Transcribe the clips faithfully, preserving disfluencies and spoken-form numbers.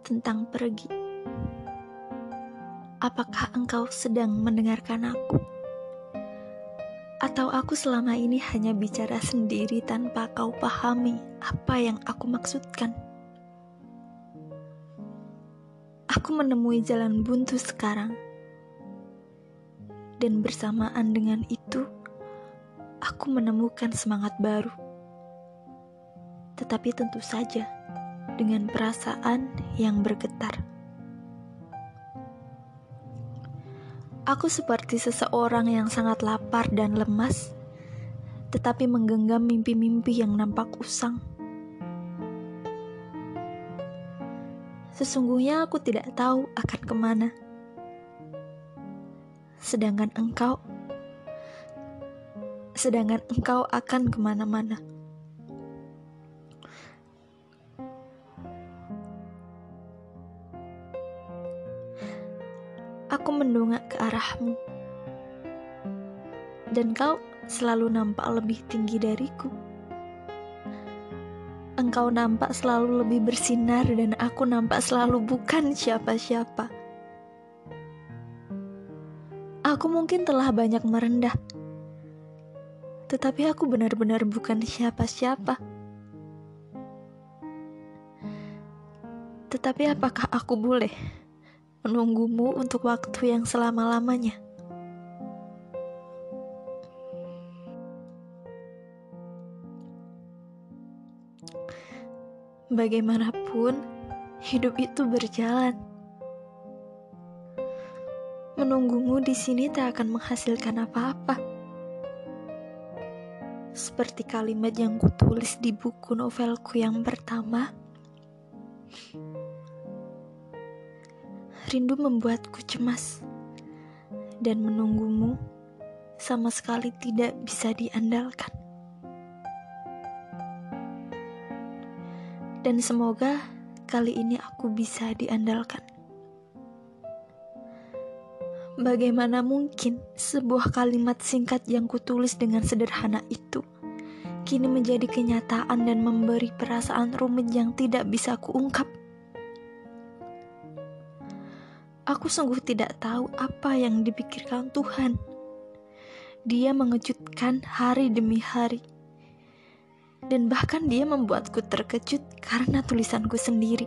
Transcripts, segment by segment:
tentang pergi. Apakah engkau sedang mendengarkan aku? Atau aku selama ini hanya bicara sendiri tanpa kau pahami apa yang aku maksudkan? Aku menemui jalan buntu sekarang. Dan bersamaan dengan itu, aku menemukan semangat baru. Tetapi tentu saja, dengan perasaan yang bergetar. Aku seperti seseorang yang sangat lapar dan lemas, tetapi menggenggam mimpi-mimpi yang nampak usang. Sesungguhnya aku tidak tahu akan kemana. Sedangkan engkau, sedangkan engkau akan kemana-mana. Aku mendongak ke arahmu, dan kau selalu nampak lebih tinggi dariku. Engkau nampak selalu lebih bersinar, dan aku nampak selalu bukan siapa-siapa. Aku mungkin telah banyak merendah, tetapi aku benar-benar bukan siapa-siapa. Tetapi apakah aku boleh menunggumu untuk waktu yang selama-lamanya? Bagaimanapun, hidup itu berjalan. Menunggumu di sini tak akan menghasilkan apa-apa. Seperti kalimat yang kutulis di buku novelku yang pertama, rindu membuatku cemas, dan menunggumu sama sekali tidak bisa diandalkan. Dan semoga kali ini aku bisa diandalkan. Bagaimana mungkin sebuah kalimat singkat yang kutulis dengan sederhana itu kini menjadi kenyataan dan memberi perasaan rumit yang tidak bisa kuungkap. Aku sungguh tidak tahu apa yang dipikirkan Tuhan. Dia mengejutkan hari demi hari. Dan bahkan dia membuatku terkejut karena tulisanku sendiri.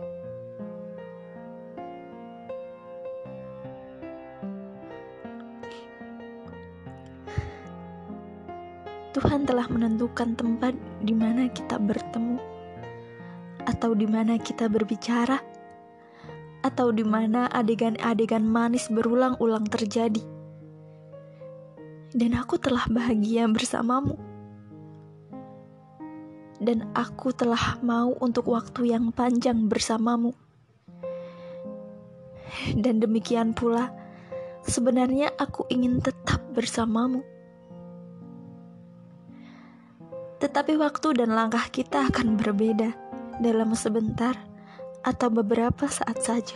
Tuhan telah menentukan tempat di mana kita bertemu, atau di mana kita berbicara, atau di mana adegan-adegan manis berulang-ulang terjadi. Dan aku telah bahagia bersamamu. Dan aku telah mau untuk waktu yang panjang bersamamu. Dan demikian pula, sebenarnya aku ingin tetap bersamamu. Tetapi waktu dan langkah kita akan berbeda dalam sebentar atau beberapa saat saja.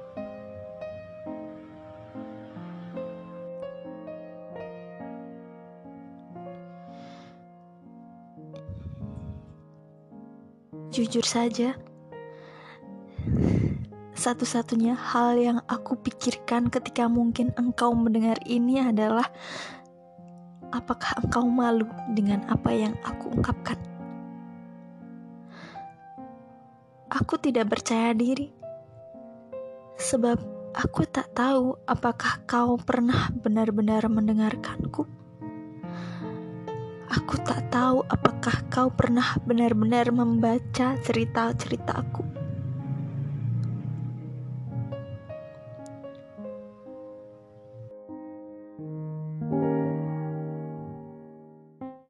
Jujur saja, satu-satunya hal yang aku pikirkan ketika mungkin engkau mendengar ini adalah apakah engkau malu dengan apa yang aku ungkapkan? Aku tidak percaya diri, sebab aku tak tahu apakah kau pernah benar-benar mendengarkanku. Aku tak tahu apakah kau pernah benar-benar membaca cerita-ceritaku.